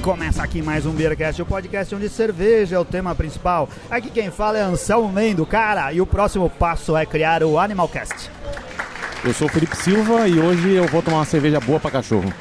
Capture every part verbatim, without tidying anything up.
Começa aqui mais um Beercast, o podcast onde cerveja é o tema principal. Aqui quem fala é Anselmo Mendo, cara, e o próximo passo é criar o Animalcast. Eu sou o Felipe Silva e hoje eu vou tomar uma cerveja boa pra cachorro.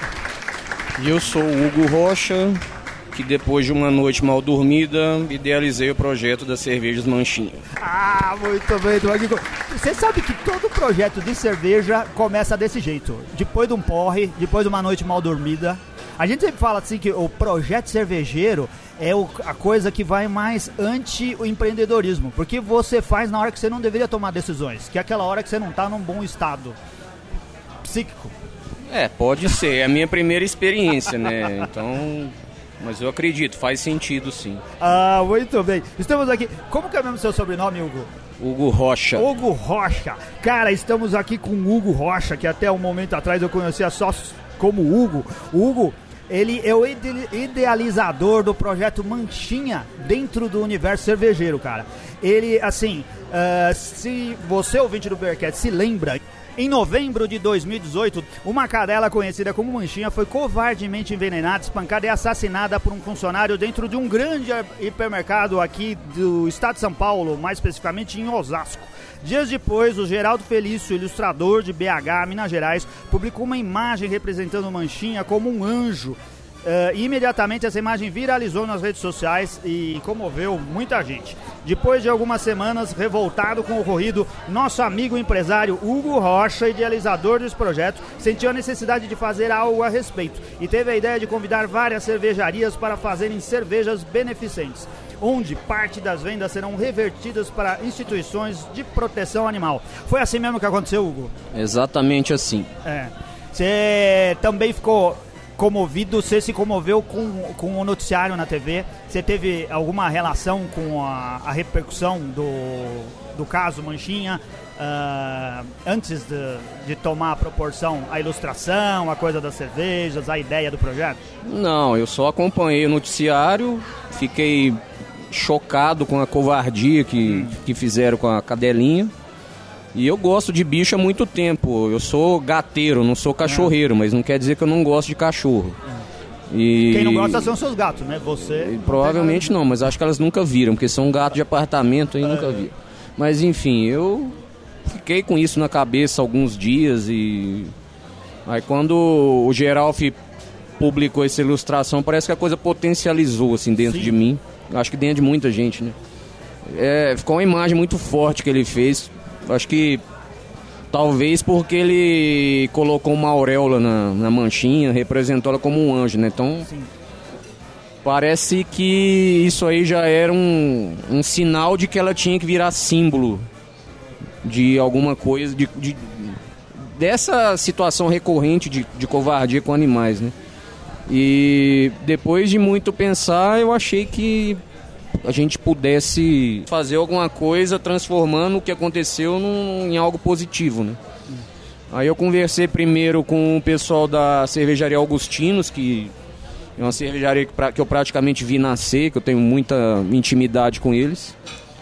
E eu sou o Hugo Rocha, que depois de uma noite mal dormida, idealizei o projeto das cervejas Manchinha. Ah, muito bem, tô aqui com... Você sabe que todo projeto de cerveja começa desse jeito, depois de um porre, depois de uma noite mal dormida. A gente sempre fala assim que o projeto cervejeiro é o, a coisa que vai mais anti o empreendedorismo, porque você faz na hora que você não deveria tomar decisões, que é aquela hora que você não está num bom estado psíquico. É, pode ser, é a minha primeira experiência, né, então... Mas eu acredito, faz sentido sim. Ah, muito bem. Estamos aqui, como que é mesmo seu sobrenome, Hugo? Hugo Rocha. Hugo Rocha. Cara, estamos aqui com o Hugo Rocha, que até um momento atrás eu conhecia só como Hugo. O Hugo, ele é o ide- idealizador do projeto Manchinha dentro do universo cervejeiro, cara. Ele, assim, uh, se você, ouvinte do Beercast, se lembra... Em novembro de dois mil e dezoito, uma cadela conhecida como Manchinha foi covardemente envenenada, espancada e assassinada por um funcionário dentro de um grande hipermercado aqui do estado de São Paulo, mais especificamente em Osasco. Dias depois, o Geraldo Felício, ilustrador de B H, Minas Gerais, publicou uma imagem representando Manchinha como um anjo. Uh, e imediatamente essa imagem viralizou nas redes sociais e comoveu muita gente. Depois de algumas semanas, revoltado com o ocorrido, nosso amigo empresário Hugo Rocha, idealizador desse projeto, sentiu a necessidade de fazer algo a respeito e teve a ideia de convidar várias cervejarias para fazerem cervejas beneficentes, onde parte das vendas serão revertidas para instituições de proteção animal. Foi assim mesmo que aconteceu, Hugo? Exatamente assim. É. Você também ficou... comovido, você se comoveu com, com o noticiário na T V? Você teve alguma relação com a, a repercussão do, do caso Manchinha uh, antes de, de tomar a proporção, a ilustração, a coisa das cervejas, a ideia do projeto? Não, eu só acompanhei o noticiário, fiquei chocado com a covardia que, hum. que fizeram com a cadelinha. E eu gosto de bicho há muito tempo. Eu sou gateiro, não sou cachorreiro, é. Mas não quer dizer que eu não gosto de cachorro. É. E... Quem não gosta são seus gatos, né? Você... E, provavelmente não, mas acho que elas nunca viram, porque são gatos de apartamento e é. nunca viram. Mas enfim, eu fiquei com isso na cabeça alguns dias e... Aí quando o Geralf publicou essa ilustração, parece que a coisa potencializou assim dentro Sim. de mim. Acho que dentro de muita gente, né? É, ficou uma imagem muito forte que ele fez. Acho que talvez porque ele colocou uma auréola na, na Manchinha, representou ela como um anjo, né? Então, Sim. parece que isso aí já era um, um sinal de que ela tinha que virar símbolo de alguma coisa, de, de, dessa situação recorrente de, de covardia com animais, né? E depois de muito pensar, eu achei que a gente pudesse fazer alguma coisa transformando o que aconteceu num, em algo positivo, né? Hum. Aí eu conversei primeiro com o pessoal da cervejaria Augustinos, que é uma cervejaria que, pra, que eu praticamente vi nascer, que eu tenho muita intimidade com eles.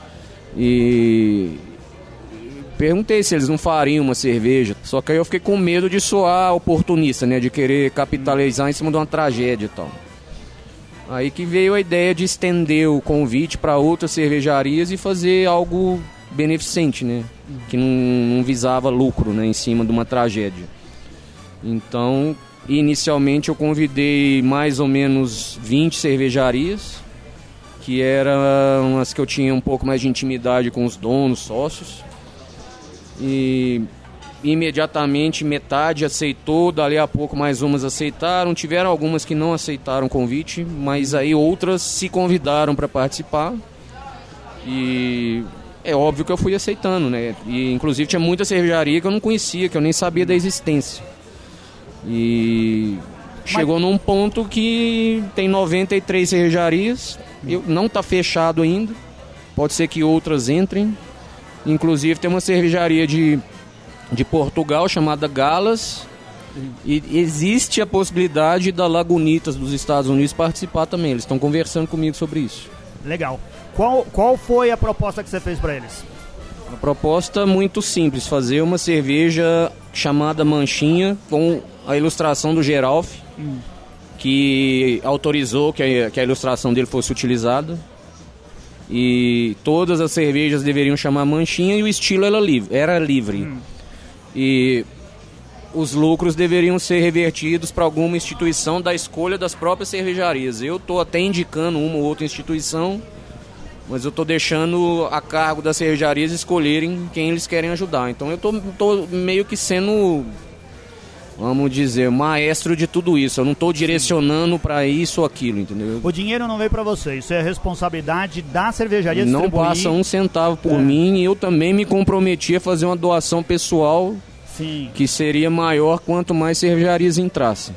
E perguntei se eles não fariam uma cerveja, só que aí eu fiquei com medo de soar oportunista, né? De querer capitalizar hum. em cima de uma tragédia e tal. Aí que veio a ideia de estender o convite para outras cervejarias e fazer algo beneficente, né? Que não, não visava lucro, né? Em cima de uma tragédia. Então, inicialmente eu convidei mais ou menos vinte cervejarias, que eram as que eu tinha um pouco mais de intimidade com os donos, sócios. E... imediatamente metade aceitou, dali a pouco mais umas aceitaram, tiveram algumas que não aceitaram o convite, mas aí outras se convidaram para participar e é óbvio que eu fui aceitando, né? E inclusive tinha muita cervejaria que eu não conhecia, que eu nem sabia da existência. E chegou mas... num ponto que tem noventa e três cervejarias, eu, não está fechado ainda, pode ser que outras entrem, inclusive tem uma cervejaria de de Portugal, chamada Galas, e existe a possibilidade da Lagunitas dos Estados Unidos participar também. Eles estão conversando comigo sobre isso. Legal. Qual, qual foi a proposta que você fez para eles? Uma proposta muito simples, fazer uma cerveja chamada Manchinha com a ilustração do Geralf, hum. que autorizou que a, que a ilustração dele fosse utilizada. E todas as cervejas deveriam chamar Manchinha e o estilo era livre. Era livre. Hum. E os lucros deveriam ser revertidos para alguma instituição da escolha das próprias cervejarias. Eu estou até indicando uma ou outra instituição, mas eu estou deixando a cargo das cervejarias escolherem quem eles querem ajudar. Então eu estou meio que sendo, vamos dizer, maestro de tudo isso. Eu não estou direcionando para isso ou aquilo, entendeu? O dinheiro não veio para você, isso é responsabilidade da cervejaria não distribuir. Passa um centavo por é. mim, e eu também me comprometi a fazer uma doação pessoal. Sim. Que seria maior quanto mais cervejarias entrassem.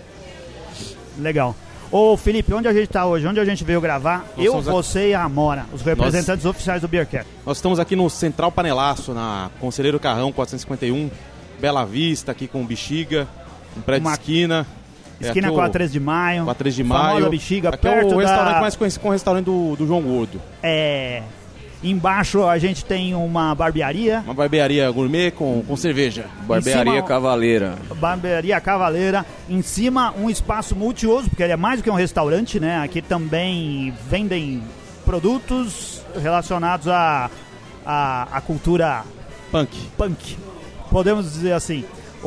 Legal. Ô Felipe, onde a gente está hoje? Onde a gente veio gravar? Nós eu, você aqui... e a Amora, os representantes nós... oficiais do Beercat. Nós estamos aqui no Central Panelaço, na Conselheiro Carrão quatrocentos e cinquenta e um, Bela Vista, aqui com Bexiga, um prédio Uma... de esquina. Esquina é com a três de maio. Com a três de maio. Famosa Bexiga, aqui perto é o restaurante da... mais conhecido, com o restaurante do, do João Gordo. É... Embaixo a gente tem uma barbearia. Uma barbearia gourmet com, com cerveja. Barbearia cima, Cavaleira. Barbearia Cavaleira. Em cima um espaço multiuso, porque ele é mais do que um restaurante, né? Aqui também vendem produtos relacionados à a, a, a cultura punk. punk. Podemos dizer assim.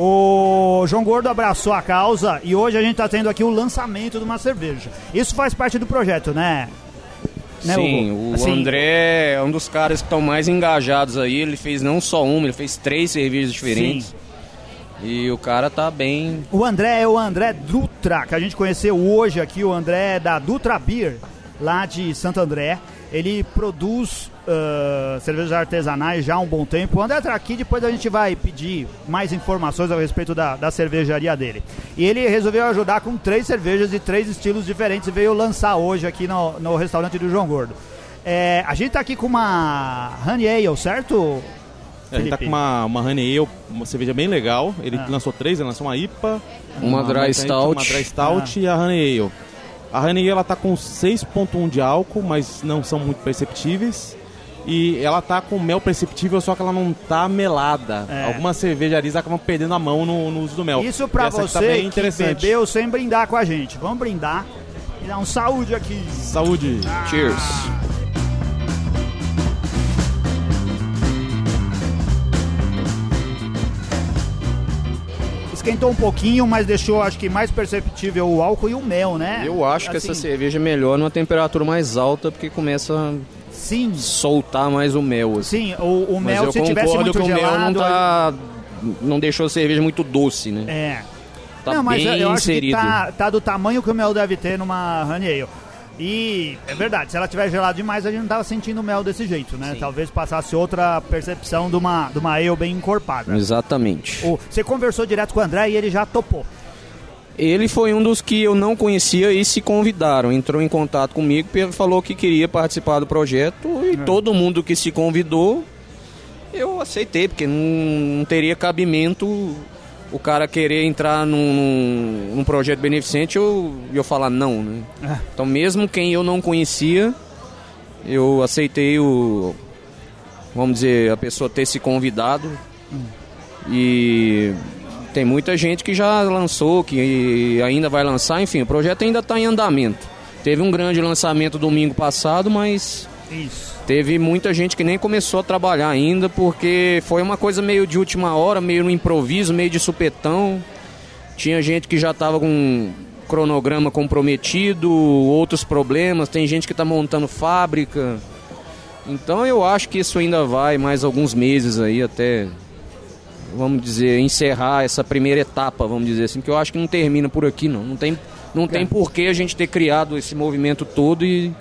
O João Gordo abraçou a causa e hoje a gente está tendo aqui o lançamento de uma cerveja. Isso faz parte do projeto, né? Né, Sim, o assim, André é um dos caras que estão mais engajados aí. Ele fez não só uma, ele fez três cervejas diferentes. Sim. E o cara tá bem... O André é o André Dutra, que a gente conheceu hoje aqui, o André da Dutra Beer, lá de Santo André. Ele produz uh, cervejas artesanais já há um bom tempo. O André tá aqui, depois a gente vai pedir mais informações a respeito da, da cervejaria dele. E ele resolveu ajudar com três cervejas de três estilos diferentes e veio lançar hoje aqui no, no restaurante do João Gordo. É, a gente tá aqui com uma Honey Ale, certo? É, a gente tá com uma, uma Honey Ale, uma cerveja bem legal. Ele ah. lançou três, ele lançou uma I P A, uma, uma Dry Stout, uma Dry Stout ah. e a Honey Ale. A Honey ela tá com seis vírgula um de álcool, mas não são muito perceptíveis. E ela tá com mel perceptível, só que ela não tá melada. É. Algumas cervejarias acabam perdendo a mão no, no uso do mel. Isso pra você tá bem que bebeu sem brindar com a gente. Vamos brindar e dar um saúde aqui. Saúde. Ah. Cheers. Esquentou um pouquinho, mas deixou, acho que, mais perceptível o álcool e o mel, né? Eu acho que assim, essa cerveja é melhor numa temperatura mais alta, porque começa a sim. soltar mais o mel. Sim, Assim. o, o mel, se tivesse muito que gelado... o mel não, tá, não deixou a cerveja muito doce, né? É. Tá não, mas bem eu acho inserido. que tá, tá do tamanho que o mel deve ter numa Honey Ale. E é verdade, se ela tiver gelado demais, a gente não tava sentindo o mel desse jeito, né? Sim. Talvez passasse outra percepção de uma, de uma ale bem encorpada. Exatamente. O, você conversou direto com o André e ele já topou. Ele foi um dos que eu não conhecia e se convidaram. Entrou em contato comigo e falou que queria participar do projeto. E é. todo mundo que se convidou, eu aceitei, porque não, não teria cabimento o cara querer entrar num, num, num projeto beneficente e eu, eu falar não, né? É. Então mesmo quem eu não conhecia, eu aceitei o, vamos dizer, a pessoa ter se convidado. Hum. E tem muita gente que já lançou, que ainda vai lançar, enfim, o projeto ainda está em andamento. Teve um grande lançamento domingo passado, mas Isso. teve muita gente que nem começou a trabalhar ainda, porque foi uma coisa meio de última hora, meio no improviso, meio de supetão. Tinha gente que já estava com cronograma comprometido, outros problemas, tem gente que está montando fábrica. Então eu acho que isso ainda vai mais alguns meses aí até, vamos dizer, encerrar essa primeira etapa, vamos dizer assim, que eu acho que não termina por aqui não. Não tem, não tem por que a gente ter criado esse movimento todo e,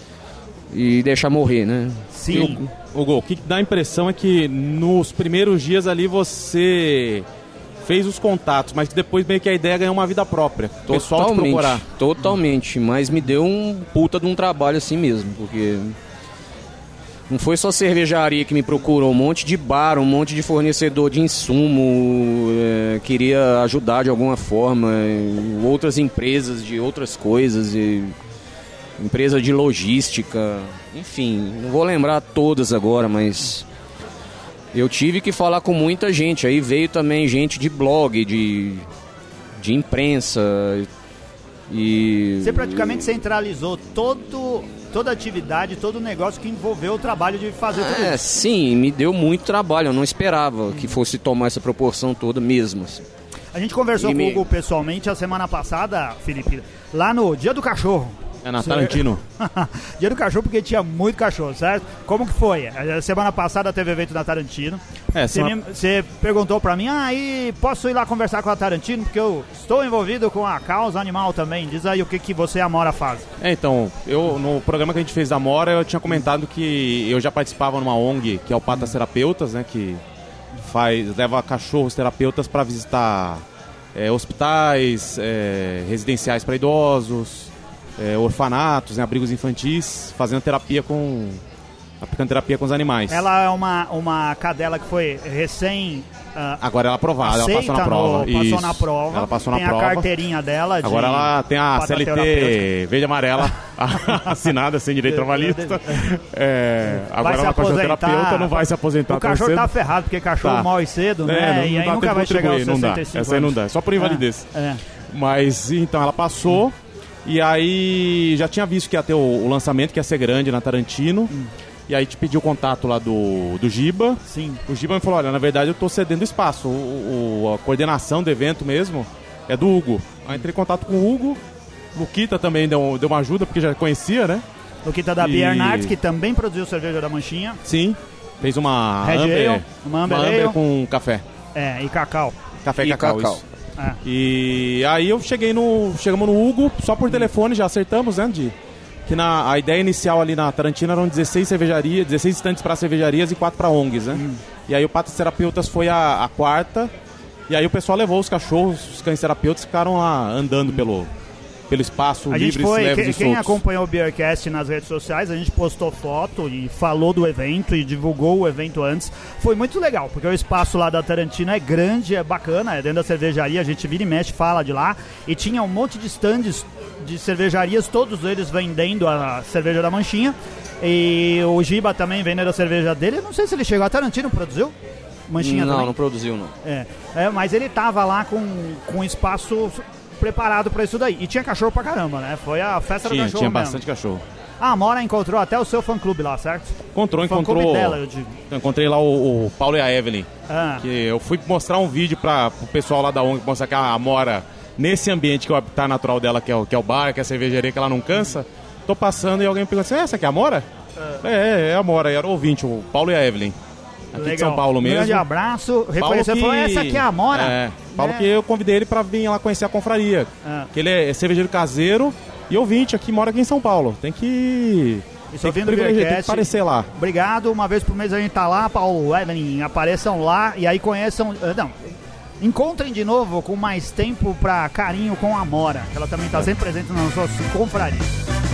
e deixar morrer, né? Sim. Hugo, o que dá a impressão é que nos primeiros dias ali você fez os contatos, mas que depois meio que a ideia ganhou uma vida própria. O pessoal te procurar. Totalmente, mas me deu um puta de um trabalho assim mesmo, porque não foi só cervejaria que me procurou, um monte de bar, um monte de fornecedor de insumo, é, queria ajudar de alguma forma, é, outras empresas de outras coisas, e, empresa de logística, enfim, não vou lembrar todas agora, mas eu tive que falar com muita gente. Aí veio também gente de blog, de, de imprensa, E... Você praticamente centralizou todo, toda a atividade, todo o negócio que envolveu o trabalho de fazer tudo É, isso. sim, me deu muito trabalho. Eu não esperava que fosse tomar essa proporção toda mesmo. Assim. A gente conversou E com o me- Hugo pessoalmente a semana passada, Felipe, lá no Dia do Cachorro. É na Tarantino. Dia do Cachorro, porque tinha muito cachorro, certo? Como que foi? A semana passada teve evento na Tarantino. É, Você, semana- me- você perguntou pra mim, ah, e posso ir lá conversar com a Tarantino? Porque eu estou envolvido com a causa animal também. Diz aí o que, que você e a Amora faz. É, então, eu no programa que a gente fez da Amora, eu tinha comentado que eu já participava numa O N G, que é o Patas Terapeutas, né, que faz, leva cachorros terapeutas para visitar é, hospitais, é, residenciais para idosos, é, orfanatos, né, abrigos infantis, fazendo terapia com... aplicando terapia com os animais. Ela é uma, uma cadela que foi recém... ah, Agora ela é aprovada, ela aceita passou na prova. no- passou Isso. na prova. Ela passou na tem prova. a carteirinha dela de Agora ela tem a C L T patoterapeuta. verde e amarela assinada, sem direito trabalhista. É, agora ela pode ser terapeuta, não vai se aposentar O tão cachorro cedo. tá ferrado, porque cachorro Tá. morre cedo, né? É, não, e não aí dá nunca tempo vai de chegar aos contribuir, não dá. sessenta e cinco Essa aí não anos. dá, é só por invalidez. É, é. Mas então ela passou e aí já tinha visto que ia ter o, o lançamento, que ia ser grande na Tarantino. Hum. E aí te pediu o contato lá do, do Giba. Sim. O Giba me falou, olha, na verdade eu tô cedendo espaço. O, o- a coordenação do evento mesmo é do Hugo. Aí entrei em contato com o Hugo. Luquita também deu, deu uma ajuda, porque já conhecia, né? Luquita da E- Beer Nights, que também produziu cerveja da Manchinha. Sim. Fez uma Red Amber, Ale, uma Amber Amber Ale. com café. É, e cacau. Café e, E cacau, cacau. isso. É. E aí eu cheguei no... Chegamos no Hugo, só por telefone, já acertamos, né, de que na, a ideia inicial ali na Tarantino eram dezesseis cervejarias, dezesseis estantes para cervejarias e quatro para O N Gs, né? Hum. E aí o Patas Terapeutas foi a, a quarta, e aí o pessoal levou os cachorros, os cães terapeutas ficaram lá andando pelo, pelo espaço, A gente livres, foi, leves quem, e quem soltos. acompanhou o Beercast nas redes sociais, a gente postou foto e falou do evento e divulgou o evento antes. Foi muito legal, porque o espaço lá da Tarantino é grande, é bacana, é dentro da cervejaria, a gente vira e mexe, fala de lá. E tinha um monte de stands de cervejarias, todos eles vendendo a cerveja da Manchinha. E o Giba também vendendo a cerveja dele. Eu não sei se ele chegou, a Tarantino produziu? Manchinha não, também? não produziu, não. É, é, mas ele tava lá com, com espaço preparado pra isso daí. E tinha cachorro pra caramba, né? Foi a festa do Tinha, cachorro tinha mesmo. bastante cachorro. A Amora encontrou até o seu fã-clube lá, certo? Encontrou, O fã-clube encontrou... dela, eu digo. Eu encontrei lá o, o Paulo e a Evelyn. Ah, Que eu fui mostrar um vídeo para o pessoal lá da O N G, mostrar que a Amora, nesse ambiente que é o habitat natural dela, que é o, que é o bar, que é a cervejaria, que ela não cansa, tô passando e alguém me perguntou assim, essa aqui é a Amora? É, é, é a Amora, e era o ouvinte, o Paulo e a Evelyn. Aqui legal. de São Paulo mesmo. Grande abraço. Paulo Reconheceu e falou, essa aqui é a Amora? É, Paulo É. que eu convidei ele para vir lá conhecer a confraria. Ah. Que ele é cervejeiro caseiro e ouvinte aqui, mora aqui em São Paulo. Tem que... Isso Tem que, ouvindo o privilegiar, tem que Beercast. aparecer lá. Obrigado, uma vez por mês a gente tá lá, Paulo, Evelyn, apareçam lá e aí conheçam, uh, não, encontrem de novo com mais tempo pra carinho com a Amora, que ela também tá sempre presente nas suas confrarias.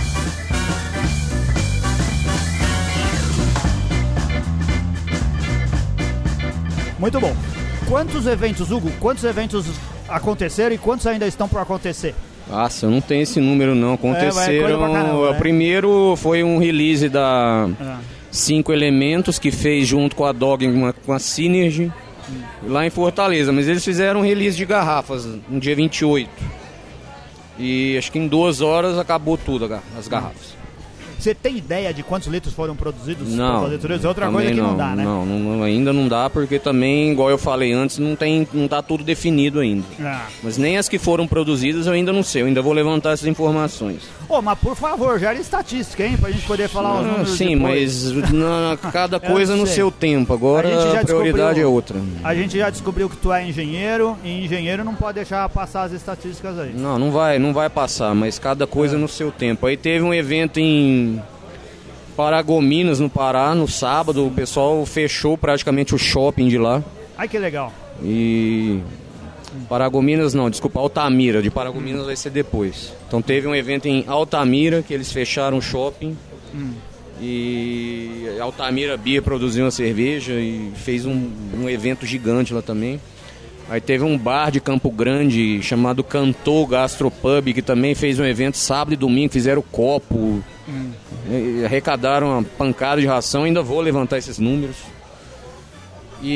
Muito bom. Quantos eventos, Hugo, quantos eventos aconteceram e quantos ainda estão por acontecer? Nossa, eu não tenho esse número não. É, vai, Aconteceram. coisa pra caramba, o né? primeiro foi um release da Ah. Cinco Elementos, que fez junto com a Dog, uma, com a Synergy, lá em Fortaleza. Mas eles fizeram um release de garrafas no dia vinte e oito. E acho que em duas horas acabou tudo, as garrafas. Você tem ideia de quantos litros foram produzidos Não, pra fazer tudo isso? Outra também coisa que não, dá, né? Não, não, ainda não dá, porque também, igual eu falei antes, não, tem, não tá tudo definido ainda. Ah. Mas nem as que foram produzidas eu ainda não sei, eu ainda vou levantar essas informações. Ô, mas por favor, gera estatística, hein? Pra gente poder falar os Ah, números sim, depois. mas na, cada coisa no sei. seu tempo, agora A gente já a, prioridade descobriu- é outra. A gente já descobriu que tu é engenheiro e engenheiro não pode deixar passar as estatísticas aí. Não, não vai, não vai passar, mas cada coisa no seu tempo. Aí teve um evento em Paragominas, no Pará, no sábado, o pessoal fechou praticamente o shopping de lá. Ai, que legal. E Paragominas não, desculpa, Altamira, de Paragominas vai ser depois. Então teve um evento em Altamira, que eles fecharam o shopping. Hum. E Altamira Beer produziu uma cerveja e fez um, um evento gigante lá também. Aí teve um bar de Campo Grande chamado Cantor Gastropub, que também fez um evento sábado e domingo, fizeram copo, Hum. e arrecadaram uma pancada de ração, ainda vou levantar esses números.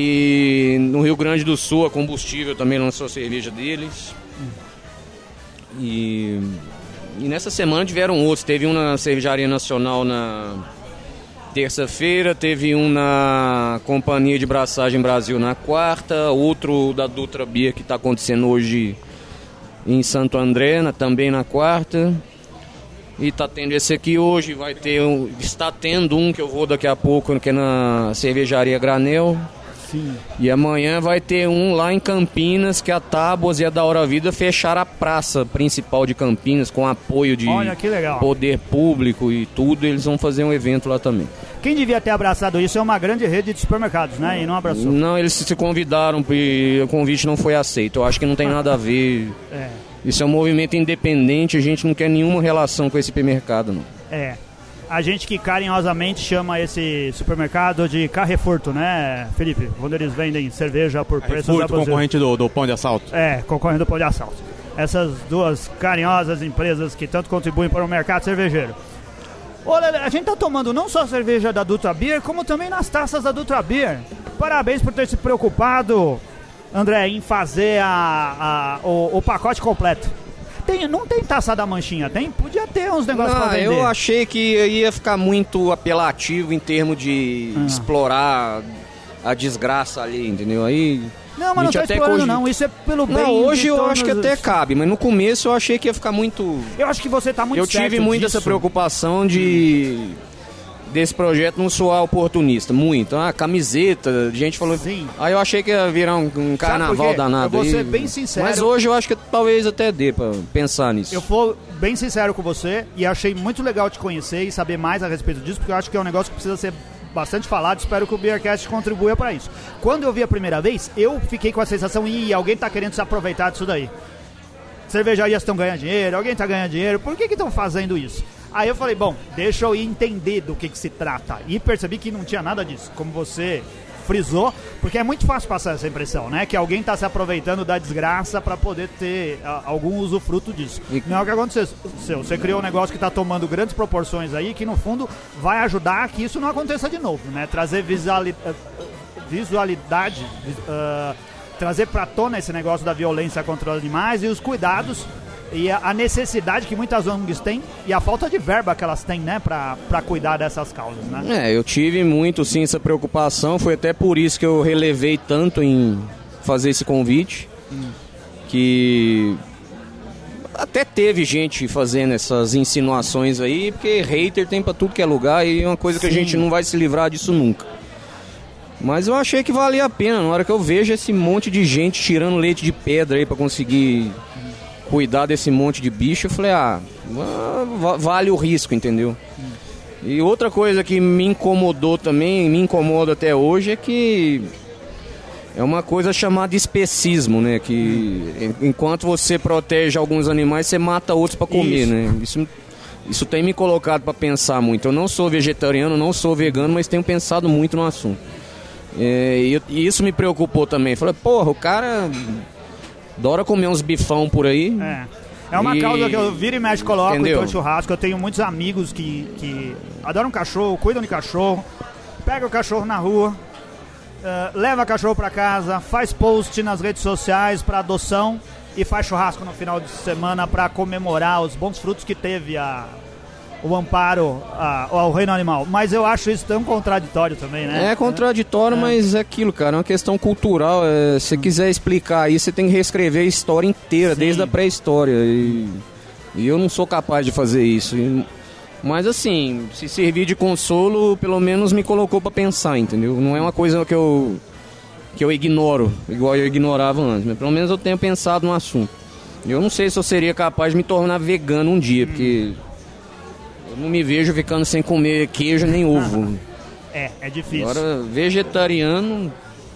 E no Rio Grande do Sul a Combustível também lançou a cerveja deles. E, e nessa semana tiveram outros. Teve um na Cervejaria Nacional na terça-feira, teve um na Companhia de Braçagem Brasil na quarta, outro da Dutra Beer que está acontecendo hoje em Santo André, na, também na quarta. E está tendo esse aqui hoje, vai ter um, está tendo um que eu vou daqui a pouco, que é na Cervejaria Granel. Sim. E amanhã vai ter um lá em Campinas, que a Tábuas e a Da Hora Vida fecharam a praça principal de Campinas, com apoio de Olha, que legal. poder público e tudo, eles vão fazer um evento lá também. Quem devia ter abraçado isso é uma grande rede de supermercados, né? E não abraçou. Não, eles se convidaram e o convite não foi aceito. Eu acho que não tem nada a ver. É. Isso é um movimento independente, a gente não quer nenhuma relação com esse supermercado, não. É. A gente que carinhosamente chama esse supermercado de Carrefourto, né, Felipe? Quando eles vendem cerveja por preços Carrefourto, abusivos. concorrente do, do Pão de Assalto. É, concorrente do Pão de Assalto. Essas duas carinhosas empresas que tanto contribuem para o mercado cervejeiro. Olha, a gente tá tomando não só a cerveja da Dutra Beer, como também nas taças da Dutra Beer. Parabéns por ter se preocupado, André, em fazer a, a, o, o pacote completo. Tem, não tem taça da Manchinha, tem? Podia ter uns negócios não, pra vender. Eu achei que ia ficar muito apelativo em termos de ah. explorar a desgraça ali, entendeu? Aí... Não, mas não tá explorando hoje... não, isso é pelo bem. Não, hoje eu todos... acho que até cabe, mas no começo eu achei que ia ficar muito... Eu acho que você tá muito Eu certo tive muito disso. essa preocupação de... desse projeto não soar oportunista, muito. Ah, camiseta, gente falou... Sim. Aí eu achei que ia virar um, um carnaval danado. Eu vou ser aí. bem sincero. Mas hoje eu acho que talvez até dê pra pensar nisso. Eu vou bem sincero com você e achei muito legal te conhecer e saber mais a respeito disso, porque eu acho que é um negócio que precisa ser bastante falado, espero que o Beercast contribua para isso. Quando eu vi a primeira vez, eu fiquei com a sensação, ih, alguém tá querendo se aproveitar disso daí. Cervejarias estão ganhando dinheiro, alguém tá ganhando dinheiro, por que que estão fazendo isso? Aí eu falei, bom, deixa eu ir entender do que que se trata. E percebi que não tinha nada disso, como você frisou, porque é muito fácil passar essa impressão, né? Que alguém tá se aproveitando da desgraça para poder ter a, algum usufruto disso. E... Não é o que aconteceu. Você criou um negócio que tá tomando grandes proporções aí, que no fundo vai ajudar a que isso não aconteça de novo, né? Trazer visuali... visualidade, uh, trazer pra tona esse negócio da violência contra os animais e os cuidados e a necessidade que muitas O N Gs têm e a falta de verba que elas têm, né, pra, pra cuidar dessas causas, né? É, eu tive muito, sim, essa preocupação, foi até por isso que eu relevei tanto em fazer esse convite, hum. que até teve gente fazendo essas insinuações aí, porque hater tem pra tudo que é lugar e é uma coisa sim. que a gente não vai se livrar disso nunca. Mas eu achei que valia a pena, na hora que eu vejo esse monte de gente tirando leite de pedra aí pra conseguir... cuidar desse monte de bicho, eu falei, ah, vale o risco, entendeu? Hum. E outra coisa que me incomodou também, me incomoda até hoje, é que é uma coisa chamada especismo, né? Que hum. enquanto você protege alguns animais, você mata outros para comer, isso. né? Isso, isso tem me colocado para pensar muito. Eu não sou vegetariano, não sou vegano, mas tenho pensado muito no assunto. É, e, e isso me preocupou também. Falei, porra, o cara... adora comer uns bifão por aí. É, é uma e... causa que eu viro e mexe coloco Entendeu? em todo churrasco. Eu tenho muitos amigos que, que adoram cachorro, cuidam de cachorro, pega o cachorro na rua, uh, leva o cachorro pra casa, faz post nas redes sociais pra adoção e faz churrasco no final de semana pra comemorar os bons frutos que teve a... o amparo a, ao reino animal. Mas eu acho isso tão contraditório também, né? É contraditório, é. mas é aquilo, cara, é uma questão cultural. É, se você quiser explicar aí, você tem que reescrever a história inteira, Sim. desde a pré-história. E, e eu não sou capaz de fazer isso. E, mas assim, se servir de consolo, pelo menos me colocou pra pensar, entendeu? Não é uma coisa que eu, que eu ignoro, igual eu ignorava antes. Mas pelo menos eu tenho pensado no assunto. Eu não sei se eu seria capaz de me tornar vegano um dia, hum. porque... eu não me vejo ficando sem comer queijo nem ovo. É, é difícil. Agora, vegetariano...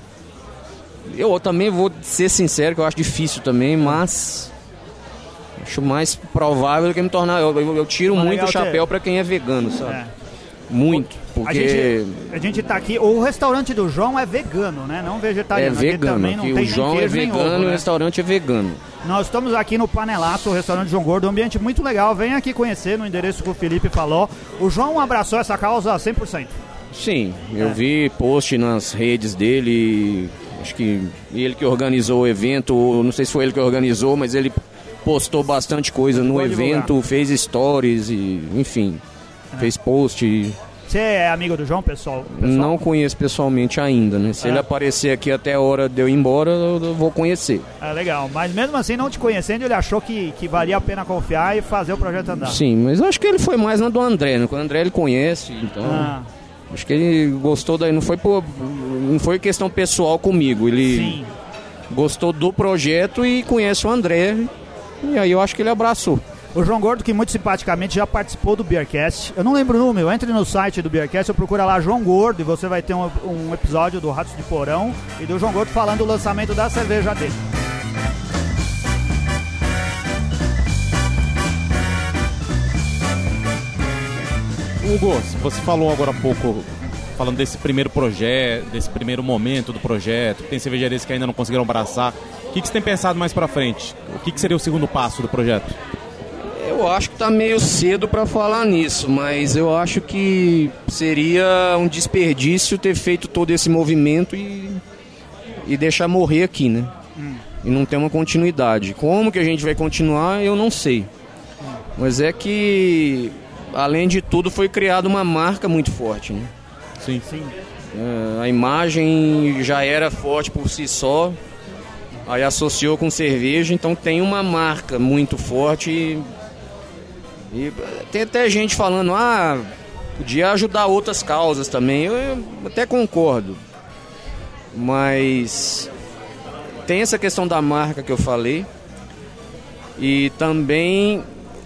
eu também vou ser sincero que eu acho difícil também, mas... acho mais provável do que me tornar... Eu, eu, eu tiro mas muito o chapéu ter... pra quem é vegano, sabe? É. Muito, porque... A gente, a gente tá aqui... o restaurante do João é vegano, né? Não vegetariano. É vegano, também não tem o João queijo, é vegano ovo, e né? o restaurante é vegano. Nós estamos aqui no Panelaço, o restaurante João Gordo, um ambiente muito legal. Vem aqui conhecer no endereço que o Felipe falou. O João abraçou essa causa cem por cento. Sim, eu é. vi post nas redes dele, acho que ele que organizou o evento, ou não sei se foi ele que organizou, mas ele postou bastante coisa no evento, divulgar. Fez stories e, enfim, é. fez post. E... Você é amigo do João, pessoal? pessoal? Não conheço pessoalmente ainda, né? Se é. ele aparecer aqui até a hora de eu ir embora, eu vou conhecer. É legal, mas mesmo assim, não te conhecendo, ele achou que, que valia a pena confiar e fazer o projeto andar. Sim, mas eu acho que ele foi mais na do André, né? Quando o André ele conhece, então... Ah. Acho que ele gostou daí, não foi, por, não foi questão pessoal comigo, ele Sim. gostou do projeto e conhece o André, e aí eu acho que ele abraçou. O João Gordo, que muito simpaticamente já participou do Beercast. Eu não lembro o número, entre no site do Beercast, eu procura lá João Gordo e você vai ter um, um episódio do Ratos de Porão e do João Gordo falando do lançamento da cerveja dele. Hugo, você falou agora há pouco, falando desse primeiro projeto, desse primeiro momento do projeto, tem cervejarias que ainda não conseguiram abraçar. O que, que você tem pensado mais pra frente? O que, que seria o segundo passo do projeto? Eu acho que tá meio cedo para falar nisso, mas eu acho que seria um desperdício ter feito todo esse movimento e, e deixar morrer aqui, né? Hum. E não ter uma continuidade. Como que a gente vai continuar, eu não sei. Hum. Mas é que, além de tudo, foi criada uma marca muito forte, né? Sim. Sim. É, a imagem já era forte por si só, aí associou com cerveja, então tem uma marca muito forte e... E tem até gente falando, ah, podia ajudar outras causas também. Eu, eu até concordo. Mas tem essa questão da marca que eu falei. E também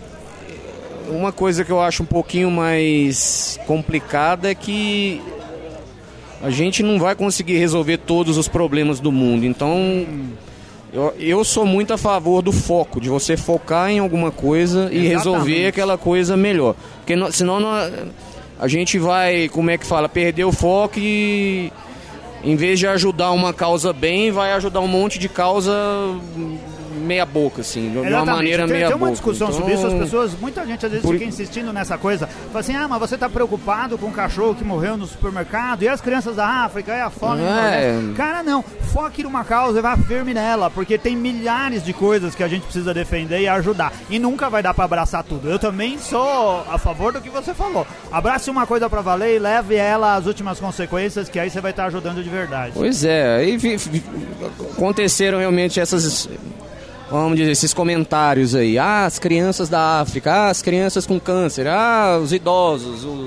uma coisa que eu acho um pouquinho mais complicada é que a gente não vai conseguir resolver todos os problemas do mundo. Então... Eu, eu sou muito a favor do foco, de você focar em alguma coisa e Exatamente. resolver aquela coisa melhor. Porque no, senão nós, a gente vai, como é que fala, perder o foco e em vez de ajudar uma causa bem, vai ajudar um monte de causa meia boca, assim, de Exatamente. uma maneira tem, meia boca. Tem uma boca. discussão então... sobre isso, as pessoas, muita gente às vezes Por... fica insistindo nessa coisa, fala assim, ah, mas você tá preocupado com o cachorro que morreu no supermercado, e as crianças da África, e a fome é... no Nordeste. Cara, não, foque numa causa e vá firme nela, porque tem milhares de coisas que a gente precisa defender e ajudar, e nunca vai dar pra abraçar tudo. Eu também sou a favor do que você falou. Abrace uma coisa pra valer e leve ela às últimas consequências, que aí você vai estar ajudando de verdade. Pois é, aí vi, vi, aconteceram realmente essas... Vamos dizer, esses comentários aí. Ah, as crianças da África. Ah, as crianças com câncer. Ah, os idosos. O...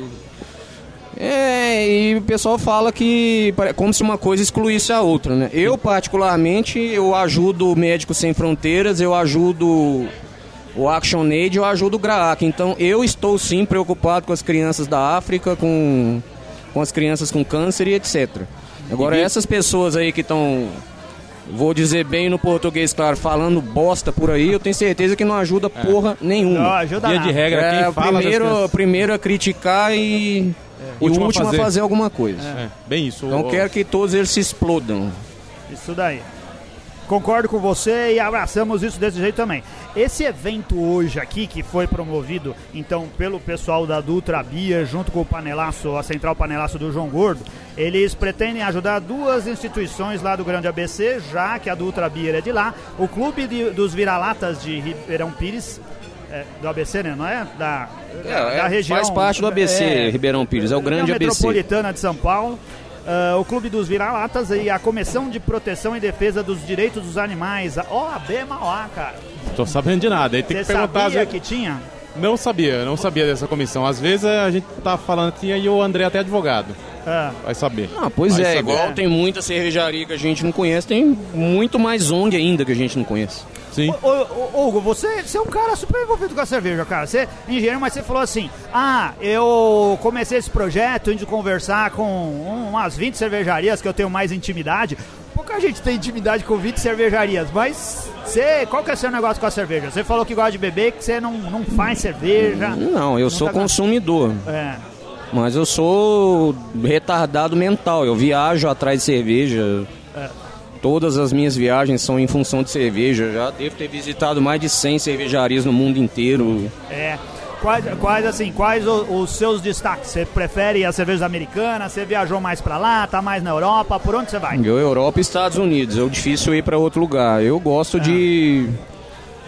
É, e o pessoal fala que como se uma coisa excluísse a outra, né? Eu, particularmente, eu ajudo o Médicos Sem Fronteiras, eu ajudo o ActionAid, eu ajudo o GRAAC. Então, eu estou sim preocupado com as crianças da África, com, com as crianças com câncer e etcétera. Agora, essas pessoas aí que estão... Vou dizer bem no português, claro, falando bosta por aí, eu tenho certeza que não ajuda é. porra nenhuma. Não ajuda Via de regra, é, quem fala primeiro, primeiro a criticar e, é. e o último a fazer. fazer alguma coisa. É. É. Bem isso. Então o... quero que todos eles se explodam. Isso daí. Concordo com você e abraçamos isso desse jeito também. Esse evento hoje aqui, que foi promovido, então, pelo pessoal da Dutra Beer, junto com o panelaço, a Central Panelaço do João Gordo, eles pretendem ajudar duas instituições lá do Grande A B C, já que a Dutra Beer é de lá. O Clube de, dos Vira-Latas de Ribeirão Pires, é, do A B C, né? Não é? Da, é, da é, região. Faz parte do A B C, é, Ribeirão Pires, é o Grande A B C. Metropolitana de São Paulo. Uh, o Clube dos Vira-Latas e a Comissão de Proteção e Defesa dos Direitos dos Animais, a O A B Mauá, cara. Tô sabendo de nada, aí tem Cê que perguntar... sabia vezes... que tinha? Não sabia, não sabia dessa comissão. Às vezes a gente tá falando que e o André até advogado. Ah. Vai saber. Ah, pois Vai é, saber. igual é. tem muita cervejaria que a gente não conhece, tem muito mais O N G ainda que a gente não conhece. Sim. Ô, ô, ô, Hugo, você, você é um cara super envolvido com a cerveja, cara. Você é engenheiro, mas você falou assim, ah, eu comecei esse projeto indo conversar com umas vinte cervejarias que eu tenho mais intimidade. Pouca gente tem intimidade com vinte cervejarias, mas você, qual que é o seu negócio com a cerveja? Você falou que gosta de beber, que você não, não faz cerveja. Não, eu sou consumidor. É. Mas eu sou retardado mental, eu viajo atrás de cerveja. É. Todas as minhas viagens são em função de cerveja. Já devo ter visitado mais de cem cervejarias no mundo inteiro. É. Quais, quais assim, quais os, os seus destaques? Você prefere as cervejas americanas? Você viajou mais pra lá? Tá mais na Europa? Por onde você vai? Eu, Europa e Estados Unidos. É difícil ir pra outro lugar. Eu gosto é. de...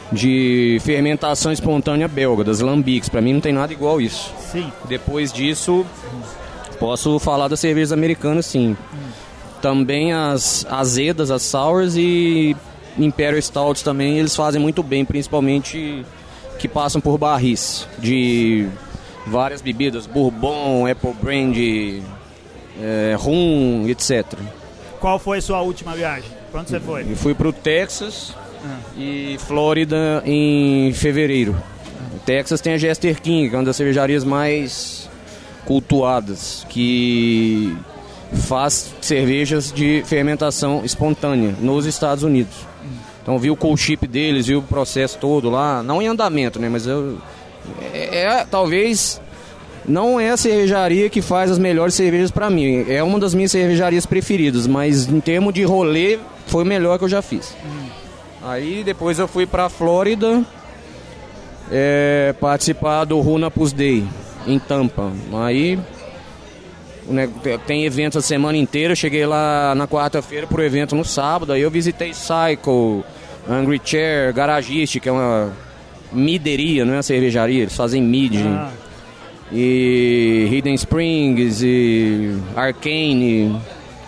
de fermentação espontânea belga, das lambics. Para mim não tem nada igual isso. Sim. Depois disso, posso falar das cervejas americanas, sim. Hum. Também as azedas, as sours e Imperial Stouts também, eles fazem muito bem, principalmente que passam por barris de várias bebidas, bourbon, apple brandy, é, rum, etcétera. Qual foi a sua última viagem? Pra onde você foi? Eu fui pro Texas ah. e Flórida em fevereiro. Ah. O Texas tem a Jester King, que é uma das cervejarias mais cultuadas, que faz cervejas de fermentação espontânea nos Estados Unidos. Então vi o cold chip deles, vi o processo todo lá, não em andamento, né? Mas eu, é, é talvez não é a cervejaria que faz as melhores cervejas para mim. É uma das minhas cervejarias preferidas, mas em termos de rolê foi o melhor que eu já fiz. Hum. Aí depois eu fui para a Flórida é, participar do Runapus Day em Tampa. Aí tem eventos a semana inteira. Eu cheguei lá na quarta-feira pro evento no sábado. Aí eu visitei Cycle, Angry Chair, Garagiste, que é uma mideria, não é uma cervejaria. Eles fazem mid. Ah. E Hidden Springs e Arcane,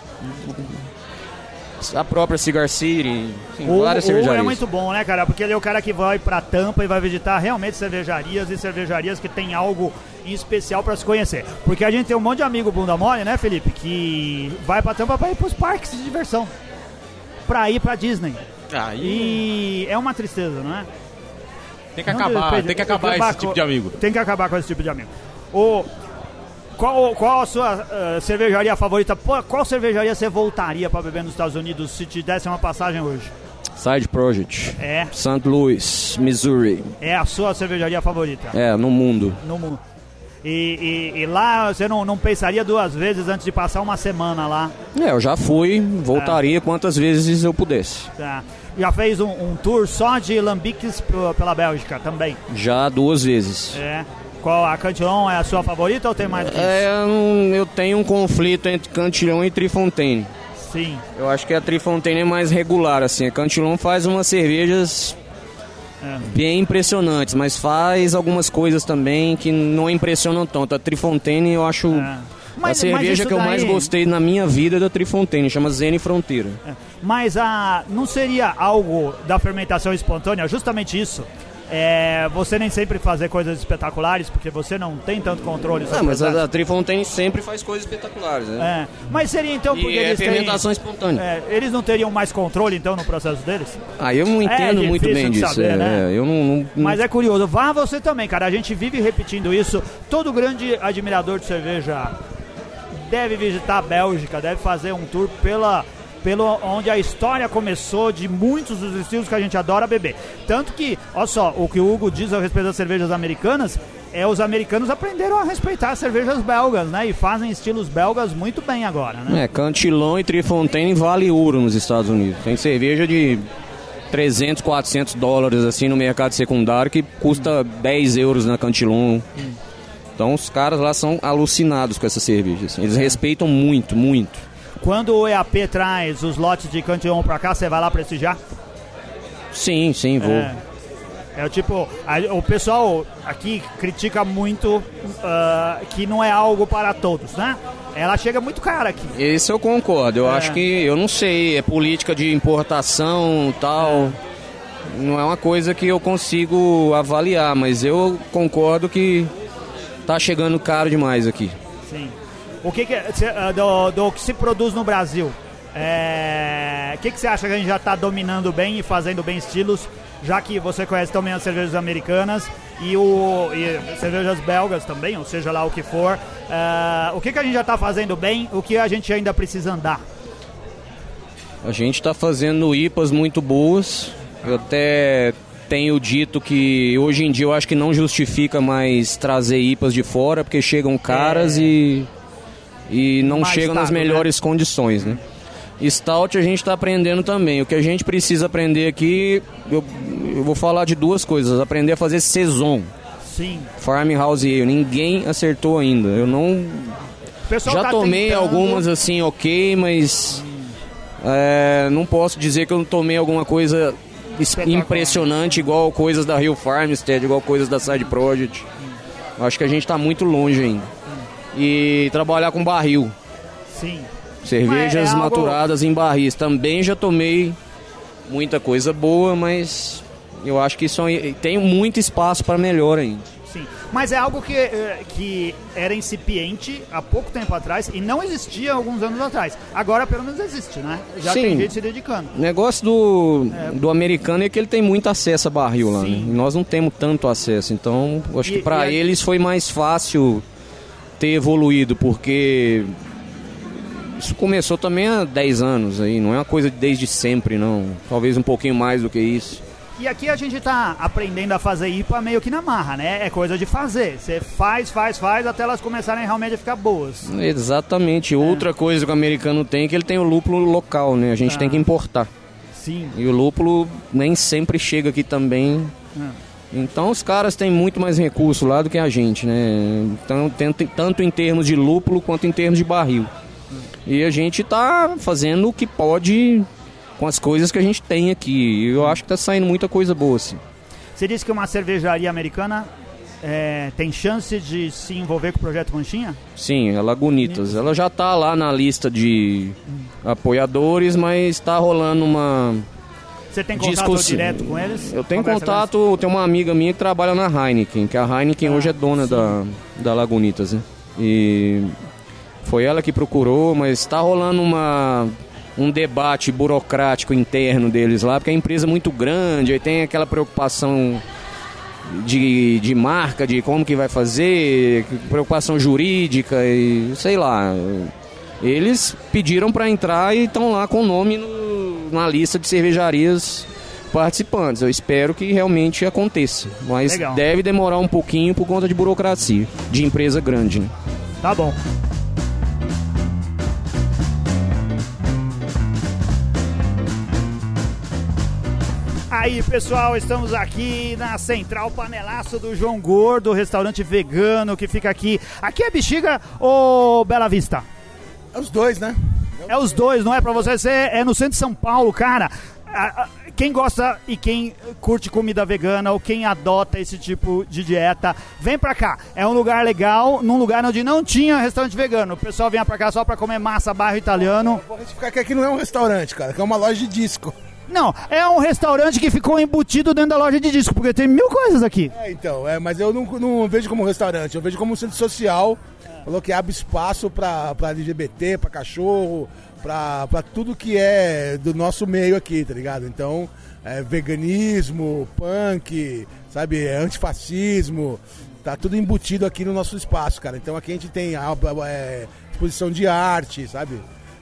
a própria Cigar City, enfim, o, várias o cervejarias. É muito bom, né, cara? Porque ele é o cara que vai pra Tampa e vai visitar realmente cervejarias e cervejarias que tem algo em especial pra se conhecer. Porque a gente tem um monte de amigo bunda mole, né, Felipe? Que vai pra Tampa pra ir pros parques de diversão, pra ir pra Disney. Aí... E é uma tristeza, não é? Tem que não acabar, depende, tem que acabar tem que esse tipo de amigo. Tem que acabar com esse tipo de amigo. O... Qual, qual a sua uh, cervejaria favorita? Qual cervejaria você voltaria para beber nos Estados Unidos se te desse uma passagem hoje? Side Project. É. Saint Louis, Missouri. É a sua cervejaria favorita? É, no mundo. No mundo. E, e, e lá você não, não pensaria duas vezes antes de passar uma semana lá? É, eu já fui, voltaria é. quantas vezes eu pudesse. Tá. Já fez um, um tour só de lambiques pela Bélgica também? Já duas vezes. É. Qual, a Cantillon é a sua favorita ou tem mais do que isso? É, eu tenho um conflito entre Cantillon e Trifontaine. Sim. Eu acho que a Trifontaine é mais regular, assim. A Cantillon faz umas cervejas é. bem impressionantes, mas faz algumas coisas também que não impressionam tanto. A Trifontaine eu acho... É. Mas, a cerveja que eu daí... mais gostei na minha vida é da Trifontaine, chama Zene Fronteira. É. Mas a, não seria algo da fermentação espontânea, justamente isso? É, você nem sempre fazer coisas espetaculares, porque você não tem tanto controle sobre é, mas a, a Trifontaine sempre faz coisas espetaculares, né? É. Mas seria então porque e eles é fermentação têm, espontânea. É, eles não teriam mais controle então no processo deles? Ah, eu não entendo é muito bem disso. Saber, é, né? é, eu não, não, não... Mas é curioso, vá você também, cara. A gente vive repetindo isso. Todo grande admirador de cerveja deve visitar a Bélgica, deve fazer um tour pela... pelo onde a história começou de muitos dos estilos que a gente adora beber. Tanto que, olha só, o que o Hugo diz a respeito das cervejas americanas, é os americanos aprenderam a respeitar as cervejas belgas, né? E fazem estilos belgas muito bem agora, né? É, Cantillon e Trifontaine vale ouro nos Estados Unidos. Tem cerveja de trezentos, quatrocentos dólares assim no mercado secundário que custa hum. dez euros na Cantillon. Hum. Então os caras lá são alucinados com essas cervejas. Eles respeitam muito, muito. Quando o E A P traz os lotes de Cantillon pra cá, você vai lá prestigiar? Sim, sim, vou. É, é tipo, a, o pessoal aqui critica muito uh, que não é algo para todos, né? Ela chega muito cara aqui. Esse eu concordo, eu é. acho que, eu não sei, é política de importação e tal, é. não é uma coisa que eu consigo avaliar, mas eu concordo que tá chegando caro demais aqui. Sim. O que, que do, do que se produz no Brasil? É, o que, que você acha que a gente já está dominando bem e fazendo bem estilos, já que você conhece também as cervejas americanas e, o, e cervejas belgas também, ou seja lá o que for. É, o que, que a gente já está fazendo bem, o que a gente ainda precisa andar? A gente está fazendo I P As muito boas. Eu até tenho dito que hoje em dia eu acho que não justifica mais trazer I P As de fora, porque chegam caras é... e... e não Mais chegam nas melhores né? condições, né? Stout a gente está aprendendo também. O que a gente precisa aprender aqui, eu, eu vou falar de duas coisas. Aprender a fazer Saison. Sim. Farmhouse Ale. Ninguém acertou ainda. Eu não... Já tá tomei tentando... algumas assim, ok, mas... Hum. É, não posso dizer que eu não tomei alguma coisa impressionante, igual coisas da Rio Farmstead, igual coisas da Side Project. Hum. Acho que a gente está muito longe ainda. Hum. E trabalhar com barril. Sim. Cervejas é algo... maturadas em barris. Também já tomei muita coisa boa, mas eu acho que isso tem muito espaço para melhor ainda. Sim, mas é algo que, que era incipiente há pouco tempo atrás e não existia há alguns anos atrás. Agora pelo menos existe, né? Já Sim. tem gente se dedicando. O negócio do, é... do americano é que ele tem muito acesso a barril lá, né? E nós não temos tanto acesso, então acho e, que para eles a... foi mais fácil ter evoluído, porque isso começou também há dez anos aí, não é uma coisa desde sempre não, talvez um pouquinho mais do que isso. E aqui a gente tá aprendendo a fazer I P A meio que na marra, né? É coisa de fazer. Você faz, faz, faz, até elas começarem realmente a ficar boas. Exatamente. É. Outra coisa que o americano tem é que ele tem o lúpulo local, né? A gente ah. tem que importar. Sim. E o lúpulo nem sempre chega aqui também. Ah. Então os caras têm muito mais recurso lá do que a gente, né? Então, tanto em termos de lúpulo quanto em termos de barril. Ah. E a gente tá fazendo o que pode... com as coisas que a gente tem aqui. Eu acho que tá saindo muita coisa boa, assim. Você disse que uma cervejaria americana é, tem chance de se envolver com o Projeto Manchinha? Sim, a Lagunitas. Ela já tá lá na lista de hum. apoiadores, mas tá rolando uma... Você tem contato discussão. direto com eles? Eu tenho Conversa contato, eu tenho uma amiga minha que trabalha na Heineken, que a Heineken ah, hoje é dona da, da Lagunitas, né? E foi ela que procurou, mas tá rolando uma... um debate burocrático interno deles lá, porque a empresa é muito grande, aí tem aquela preocupação de, de marca, de como que vai fazer, preocupação jurídica e sei lá. Eles pediram para entrar e estão lá com o nome no, na lista de cervejarias participantes. Eu espero que realmente aconteça, mas Legal. Deve demorar um pouquinho por conta de burocracia, de empresa grande, né? Tá bom. Aí pessoal, estamos aqui na Central Panelaço do João Gordo, restaurante vegano que fica aqui. Aqui é Bexiga ou Bela Vista? É os dois, né? É os dois, não é pra você? Você é no centro de São Paulo, cara. Quem gosta e quem curte comida vegana ou quem adota esse tipo de dieta, vem pra cá. É um lugar legal, num lugar onde não tinha restaurante vegano. O pessoal vinha pra cá só pra comer massa, bairro italiano. Eu vou retificar que aqui não é um restaurante, cara, que é uma loja de disco. Não, é um restaurante que ficou embutido dentro da loja de disco, porque tem mil coisas aqui. É, então, é, mas eu não, não vejo como um restaurante, eu vejo como um centro social, é. falou que abre espaço pra, pra L G B T, pra cachorro, pra, pra tudo que é do nosso meio aqui, tá ligado? Então, é, veganismo, punk, sabe, é, antifascismo, tá tudo embutido aqui no nosso espaço, cara. Então aqui a gente tem a, é, exposição de arte, sabe?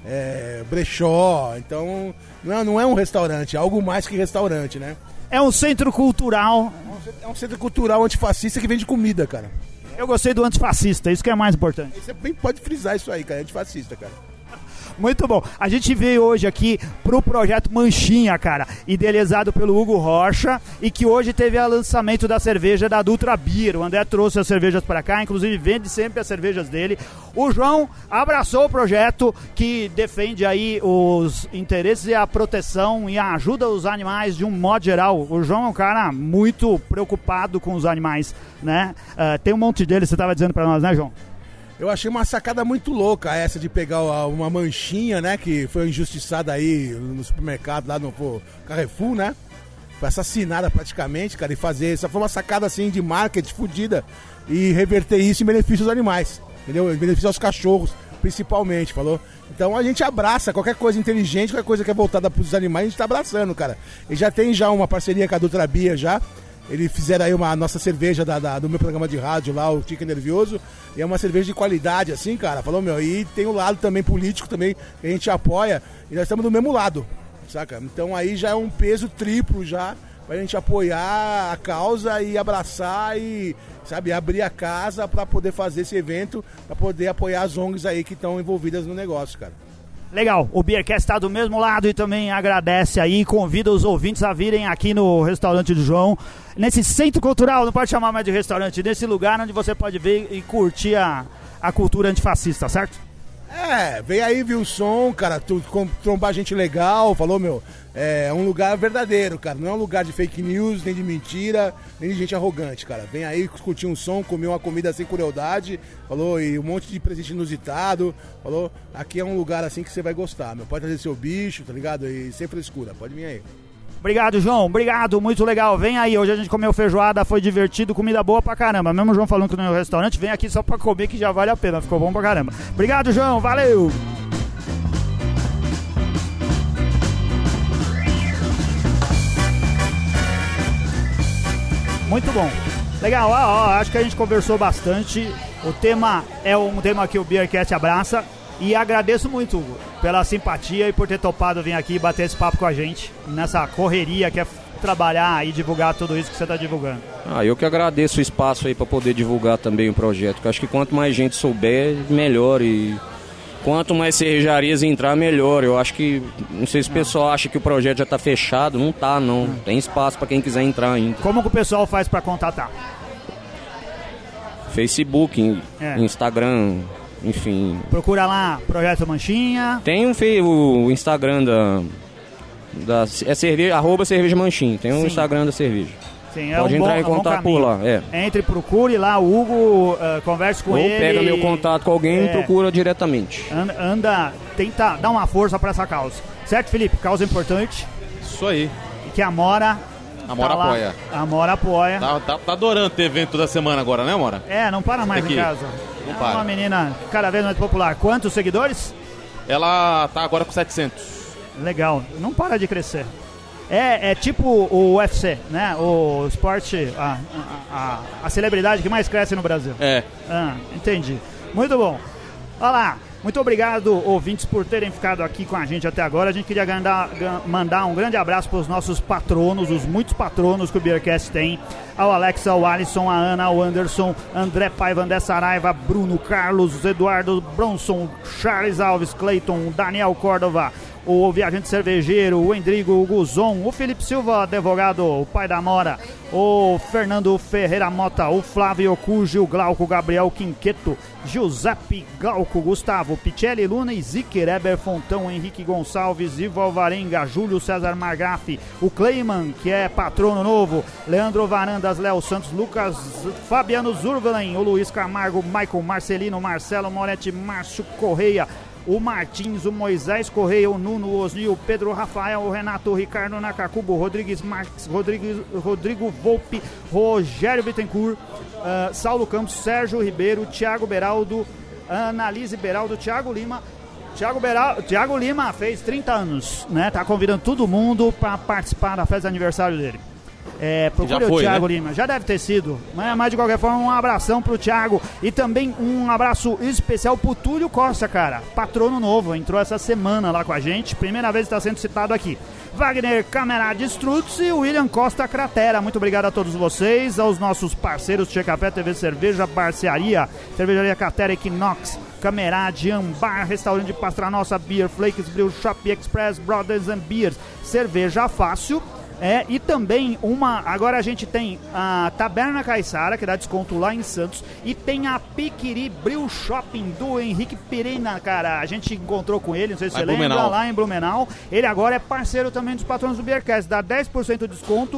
É, brechó, então não, não é um restaurante, é algo mais que restaurante, né? É um centro cultural. É um centro cultural antifascista que vende comida, cara. Eu gostei do antifascista, isso que é mais importante. Você bem pode frisar isso aí, cara, é antifascista, cara. Muito bom. A gente veio hoje aqui pro projeto Manchinha, cara, idealizado pelo Hugo Rocha e que hoje teve o lançamento da cerveja da Dutra Beer. O André trouxe as cervejas para cá, inclusive vende sempre as cervejas dele. O João abraçou o projeto que defende aí os interesses e a proteção e a ajuda aos animais de um modo geral. O João é um cara muito preocupado com os animais, né? Uh, tem um monte deles, você estava dizendo para nós, né, João? Eu achei uma sacada muito louca essa de pegar uma manchinha, né, que foi injustiçada aí no supermercado, lá no pô, Carrefour, né? Foi assassinada praticamente, cara, e fazer... Essa foi uma sacada, assim, de marketing fodida e reverter isso em benefício dos animais, entendeu? Em benefício aos cachorros, principalmente, falou? Então a gente abraça qualquer coisa inteligente, qualquer coisa que é voltada para os animais, a gente tá abraçando, cara. E já tem já uma parceria com a Dutra Beer já. Eles fizeram aí uma nossa cerveja da, da, do meu programa de rádio lá, o Chicken Nervioso. E é uma cerveja de qualidade, assim, cara. Falou, meu, e tem o lado também político também, que a gente apoia. E nós estamos do mesmo lado, saca? Então aí já é um peso triplo já, pra gente apoiar a causa e abraçar e, sabe, abrir a casa pra poder fazer esse evento, pra poder apoiar as O N Gs aí que estão envolvidas no negócio, cara. Legal, o Beercast está do mesmo lado e também agradece aí, convida os ouvintes a virem aqui no restaurante do João, nesse centro cultural, não pode chamar mais de restaurante, nesse lugar onde você pode ver e curtir a, a cultura antifascista, certo? É, veio aí, viu o som, cara, tu, com, trombar gente legal, falou, meu, é um lugar verdadeiro, cara, não é um lugar de fake news, nem de mentira, nem de gente arrogante, cara. Vem aí, curtir um som, comer uma comida sem crueldade, falou, e um monte de presente inusitado, falou, aqui é um lugar assim que você vai gostar, meu, pode trazer seu bicho, tá ligado? E sem frescura, pode vir aí. Obrigado, João. Obrigado, muito legal. Vem aí, hoje a gente comeu feijoada, foi divertido, comida boa pra caramba. Mesmo o João falando que não é um restaurante, vem aqui só pra comer que já vale a pena, ficou bom pra caramba. Obrigado, João, valeu! Muito bom. Legal, ó, ó, acho que a gente conversou bastante. O tema é um tema que o Beercast abraça. E agradeço muito, Hugo, pela simpatia e por ter topado vir aqui e bater esse papo com a gente nessa correria que é trabalhar e divulgar tudo isso que você está divulgando. Ah, eu que agradeço o espaço aí para poder divulgar também o projeto, que eu acho que quanto mais gente souber, melhor, e quanto mais cervejarias entrar, melhor. Eu acho que, não sei se o pessoal acha que o projeto já está fechado, não tá não, tem espaço para quem quiser entrar ainda. Como que o pessoal faz para contatar? Facebook, é. Instagram... Enfim. Procura lá, Projeto Manchinha. Tem um, o Instagram da. da é cerveja, arroba cerveja manchinha. Tem um Sim. Instagram da cerveja. Sim, é Pode um entrar bom, em contato por lá. É. Entre, procure lá, o Hugo, uh, converse com Ou ele. Ou pega meu contato com alguém é, e procura diretamente. Anda, anda, tenta dar uma força pra essa causa. Certo, Felipe? Causa importante. Isso aí. E que a Amora. A Amora tá apoia. A Amora apoia. Tá, tá, tá adorando ter evento toda semana agora, né, Amora? É, não para mais Aqui. em casa. Não é para. Uma menina cada vez mais popular. Quantos seguidores? Ela tá agora com setecentos. Legal. Não para de crescer. É, é tipo o U F C, né? O esporte, a, a, a, a celebridade que mais cresce no Brasil. É. Ah, entendi. Muito bom. Olha lá. Muito obrigado, ouvintes, por terem ficado aqui com a gente até agora. A gente queria mandar, mandar um grande abraço para os nossos patronos, os muitos patronos que o Beercast tem. Ao Alex, ao Alisson, a Ana, ao Anderson, André Paiva, André Saraiva, Bruno Carlos, Eduardo Bronson, Charles Alves, Clayton, Daniel Córdova, o Viajante Cervejeiro, o Endrigo, o Guzon, o Felipe Silva, advogado, o pai da Mora, o Fernando Ferreira Mota, o Flávio Cujo, o Glauco, Gabriel Quinqueto, Giuseppe Glauco, Gustavo Picelli, Luna e Zicker, Eber Fontão, Henrique Gonçalves, Ivo Alvarenga, Júlio César Margafe, o Cleiman, que é patrono novo, Leandro Varandas, Léo Santos, Lucas, Fabiano Zurvelen, o Luiz Camargo, Michael Marcelino, Marcelo Moretti, Márcio Correia, o Martins, o Moisés Correia, o Nuno, o Osnil, o Pedro Rafael, o Renato, o Ricardo Nakakubo, Rodrigues Marques, Rodrigues, Rodrigo Volpe, Rogério Bittencourt, uh, Saulo Campos, Sérgio Ribeiro, Thiago Beraldo, Analise Beraldo, Thiago Lima. Thiago, Beraldo, Thiago Lima fez trinta anos, né? Tá convidando todo mundo para participar da festa de aniversário dele. É, procure foi, o Thiago né? Lima, já deve ter sido, mas, mas de qualquer forma um abração pro Thiago e também um abraço especial pro Túlio Costa, cara, patrono novo, entrou essa semana lá com a gente, primeira vez está sendo citado aqui. Wagner Camerade Strutz e William Costa Cratera, muito obrigado a todos vocês, aos nossos parceiros Tchê Café, T V Cerveja, Barcearia, Cervejaria Cratera, Equinox, Camerade, Ambar, Restaurante Pastra Nossa, Beer Flakes, Brew Shop Express, Brothers and Beers, Cerveja Fácil. É, e também uma, agora a gente tem a Taberna Caiçara, que dá desconto lá em Santos, e tem a Piquiri Brew Shopping do Henrique Pereira, cara, a gente encontrou com ele, não sei se você lembra, Blumenau. Lá em Blumenau, ele agora é parceiro também dos patronos do Beercast, dá dez por cento de desconto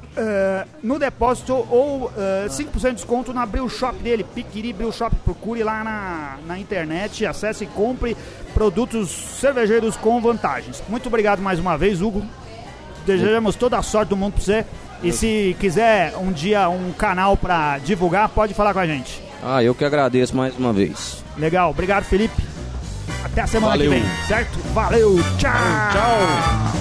uh, no depósito ou uh, cinco por cento de desconto na Brew Shop dele, Piquiri Brew Shop, procure lá na, na internet, acesse e compre produtos cervejeiros com vantagens. Muito obrigado mais uma vez, Hugo. Desejamos toda a sorte do mundo pra você. E se quiser um dia um canal pra divulgar, pode falar com a gente. Ah, eu que agradeço mais uma vez. Legal, obrigado, Felipe. Até a semana Valeu. que vem, certo? Valeu, tchau! Tchau!